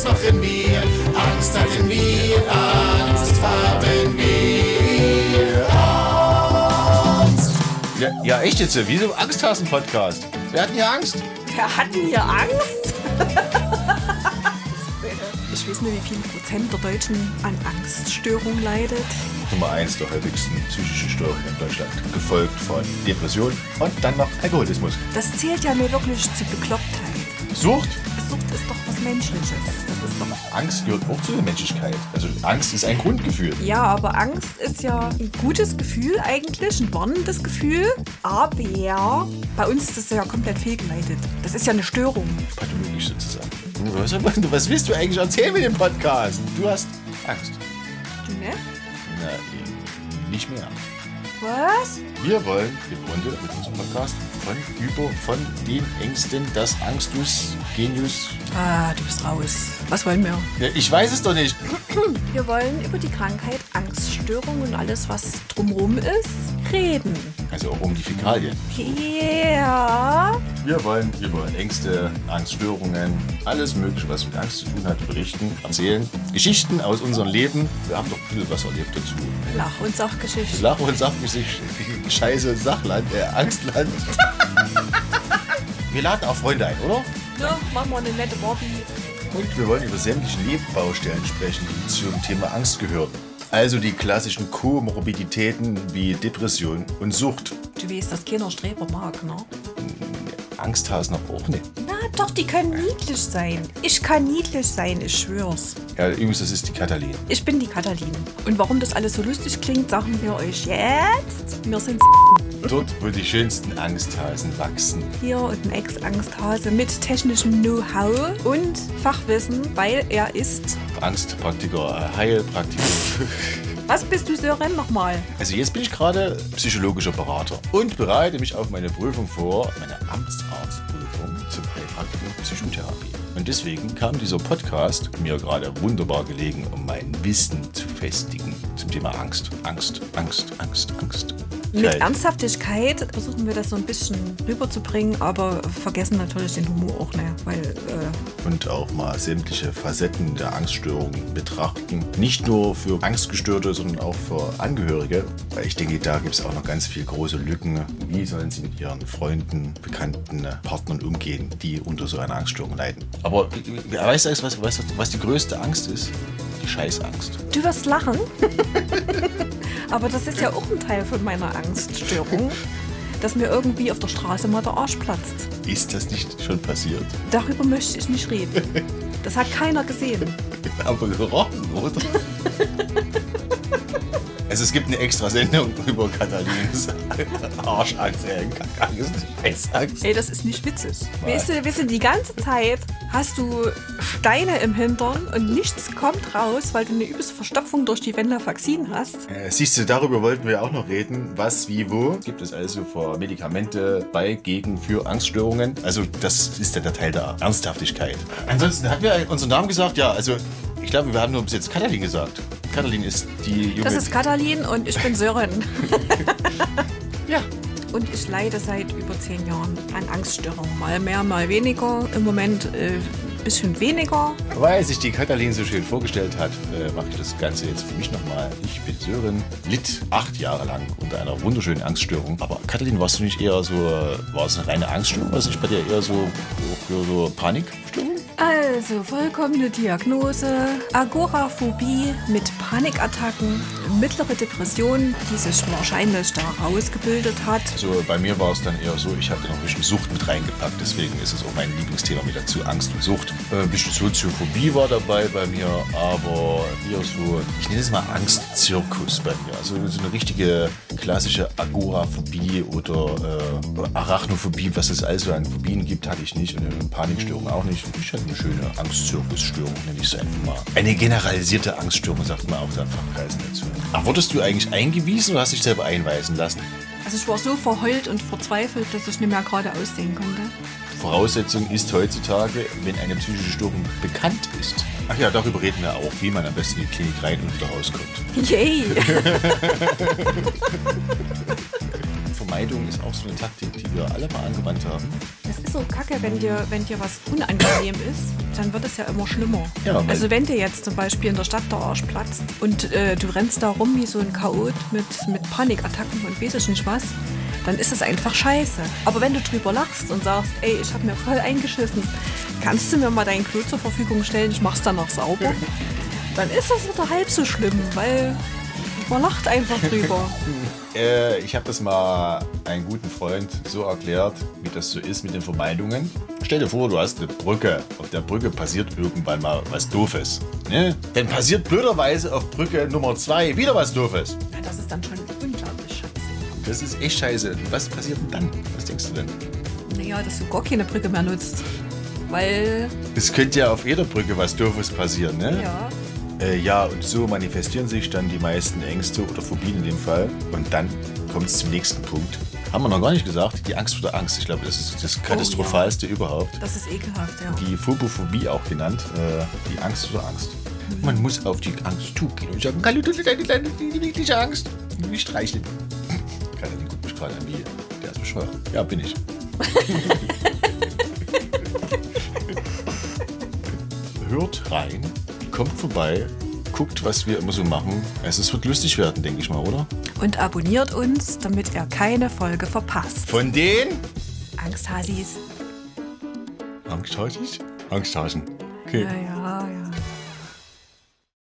Angst machen wir, Angst hatten wir, Angst haben wir, Angst. Ja, echt jetzt, wie so Angsthasen-Podcast. Wir hatten ja Angst. Wir hatten hier Angst? Ich weiß nicht, wie viel Prozent der Deutschen an Angststörung leidet. Nummer 1 der häufigsten psychischen Störungen in Deutschland. Gefolgt von Depression und dann noch Alkoholismus. Das zählt ja nur wirklich zu Beklopptheit. Sucht? Sucht ist doch was Menschliches. Das ist doch... Angst gehört auch zu der Menschlichkeit. Also Angst ist ein Grundgefühl. Ja, aber Angst ist ja ein gutes Gefühl eigentlich, ein warnendes Gefühl. Aber bei uns ist das ja komplett fehlgeleitet. Das ist ja eine Störung. Pathologisch sozusagen. Was willst du eigentlich erzählen mit dem Podcast? Du hast Angst. Du, ne? Na, nicht mehr. Was? Wir wollen im Grunde mit unserem Podcast von den Ängsten, das Angstus, Genius. Ah, du bist raus. Was wollen wir? Ja, ich weiß es doch nicht. Wir wollen über die Krankheit, Angststörung und alles, was drumherum ist, reden. Also auch um die Fäkalien. Ja. Wir wollen über Ängste, Angststörungen, alles Mögliche, was mit Angst zu tun hat, berichten, erzählen. Geschichten aus unserem Leben. Wir haben doch ein bisschen was erlebt dazu. Lach- und Sachgeschichte. Lach- und Sachgeschichte. Scheiße Sachland, Angstland. Wir laden auch Freunde ein, oder? Ja, machen wir eine nette Barbie. Und wir wollen über sämtliche Nebenbaustellen sprechen, die zum Thema Angst gehören. Also die klassischen Komorbiditäten wie Depression und Sucht. Du weißt, dass keiner Streber mag, ne? Angsthasen auch nicht. Na doch, die können niedlich sein. Ich kann niedlich sein, ich schwör's. Ja, übrigens, das ist die Katalin. Ich bin die Katalin. Und warum das alles so lustig klingt, sagen wir euch jetzt. Wir sind Dort, wo die schönsten Angsthasen wachsen. hier und ein Ex-Angsthase mit technischem Know-how und Fachwissen, weil er ist... Angstpraktiker, Heilpraktiker. Was bist du, Sören, nochmal? Also jetzt bin ich gerade psychologischer Berater und bereite mich auf meine Prüfung vor, meine Amtsarztprüfung zum Heilpraktiker Psychotherapie. Und deswegen kam dieser Podcast mir gerade wunderbar gelegen, um mein Wissen zu festigen zum Thema Angst. Angst, Angst, Angst, Angst. Mit Kalt. Ernsthaftigkeit versuchen wir das so ein bisschen rüberzubringen, aber vergessen natürlich den Humor auch, ne? Weil, Und auch mal sämtliche Facetten der Angststörung betrachten. Nicht nur für Angstgestörte, sondern auch für Angehörige. Weil ich denke, da gibt es auch noch ganz viele große Lücken. Wie sollen sie mit ihren Freunden, Bekannten, Partnern umgehen, die unter so einer Angststörung leiden? Aber weißt du, was die größte Angst ist? Die Scheißangst. du wirst lachen. Aber das ist ja auch ein Teil von meiner Angststörung, dass mir irgendwie auf der Straße mal der Arsch platzt. Ist das nicht schon passiert? Darüber möchte ich nicht reden. Das hat keiner gesehen. Aber gerochen, oder? Also es gibt eine extra Sendung über Katalins Arschangst, Scheißangst. Ey, das ist nicht witzig. Weißt du, die ganze Zeit hast du Steine im Hintern und nichts kommt raus, weil du eine übelste Verstopfung durch die Venlafaxin hast. Siehst du, darüber wollten wir auch noch reden. Was, wie, wo. Gibt es also für Medikamente bei, gegen, für Angststörungen? Also das ist ja der Teil der Ernsthaftigkeit. Ansonsten hatten wir unseren Namen gesagt. Ja, also ich glaube, wir haben nur bis jetzt Katalin gesagt. Katalin ist die junge... Das ist Katalin und ich bin Sören. Ja. Und ich leide seit über 10 Jahren an Angststörungen. Mal mehr, mal weniger. Im Moment ein bisschen weniger. Weil sich die Katalin so schön vorgestellt hat, mache ich das Ganze jetzt für mich nochmal. Ich bin Sören, litt 8 Jahre lang unter einer wunderschönen Angststörung. Aber Katalin, warst du nicht eher so, war es eine reine Angststörung? War es nicht bei dir eher so für so Panikstörung? Also, vollkommene Diagnose, Agoraphobie mit Panikattacken, mittlere Depression, die sich wahrscheinlich da rausgebildet hat. Also bei mir war es dann eher so, ich hatte noch ein bisschen Sucht mit reingepackt, deswegen ist es auch mein Lieblingsthema mit dazu, Angst und Sucht. Ein bisschen Soziophobie war dabei bei mir, aber eher so, ich nenne es mal Angstzirkus bei mir. Also so eine richtige klassische Agoraphobie oder Arachnophobie, was es also an Phobien gibt, hatte ich nicht und eine Panikstörung auch nicht. Ich hatte eine schöne Angstzirkusstörung, nenne ich es einfach mal. Eine generalisierte Angststörung, sagt man auch in Fachkreisen dazu. Ach, wurdest du eigentlich eingewiesen oder hast du dich selber einweisen lassen? Also ich war so verheult und verzweifelt, dass ich nicht mehr geradeaus sehen konnte. Voraussetzung ist heutzutage, wenn eine psychische Störung bekannt ist. Ach ja, darüber reden wir auch, wie man am besten in die Klinik rein und wieder rauskommt. Yay! Vom Angstvermeidung ist auch so eine Taktik, die wir alle mal angewandt haben. Das ist so kacke, wenn dir was unangenehm ist, dann wird es ja immer schlimmer. Ja, also wenn dir jetzt zum Beispiel in der Stadt der Arsch platzt und du rennst da rum wie so ein Chaot mit Panikattacken und weiß ich nicht was, dann ist es einfach scheiße. Aber wenn du drüber lachst und sagst, ey, ich habe mir voll eingeschissen, kannst du mir mal dein Klo zur Verfügung stellen, ich mach's dann noch sauber, dann ist das wieder halb so schlimm, weil man lacht einfach drüber. Ich habe das mal einem guten Freund so erklärt, wie das so ist mit den Vermeidungen. Stell dir vor, du hast eine Brücke. Auf der Brücke passiert irgendwann mal was Doofes. Ne? Dann passiert blöderweise auf Brücke Nummer 2 wieder was Doofes. Ja, das ist dann schon unglaublich scheiße. Das ist echt scheiße. Was passiert denn dann? Was denkst du denn? Naja, dass du gar keine Brücke mehr nutzt. Weil, Es könnte ja auf jeder Brücke was Doofes passieren, ne? ja, Ja, und so manifestieren sich dann die meisten Ängste oder Phobien in dem Fall. Und dann kommt es zum nächsten Punkt. Haben wir noch gar nicht gesagt, die Angst vor der Angst. Ich glaube, das ist das Katastrophalste überhaupt. das ist ekelhaft, ja. Die Phobophobie auch genannt, die Angst vor der Angst. Man muss auf die Angst zugehen und sagen, Hallo, du deine kleine niedliche Angst. Nicht streicheln. Keiner, die guckt mich gerade an wie, der ist bescheuert. Ja, bin ich. Hört rein, kommt vorbei, guckt, was wir immer so machen. Es wird lustig werden, denke ich mal, oder? Und abonniert uns, damit ihr keine Folge verpasst. Von den Angsthasis. Angsthasis? Angsthasen. Okay. Ja.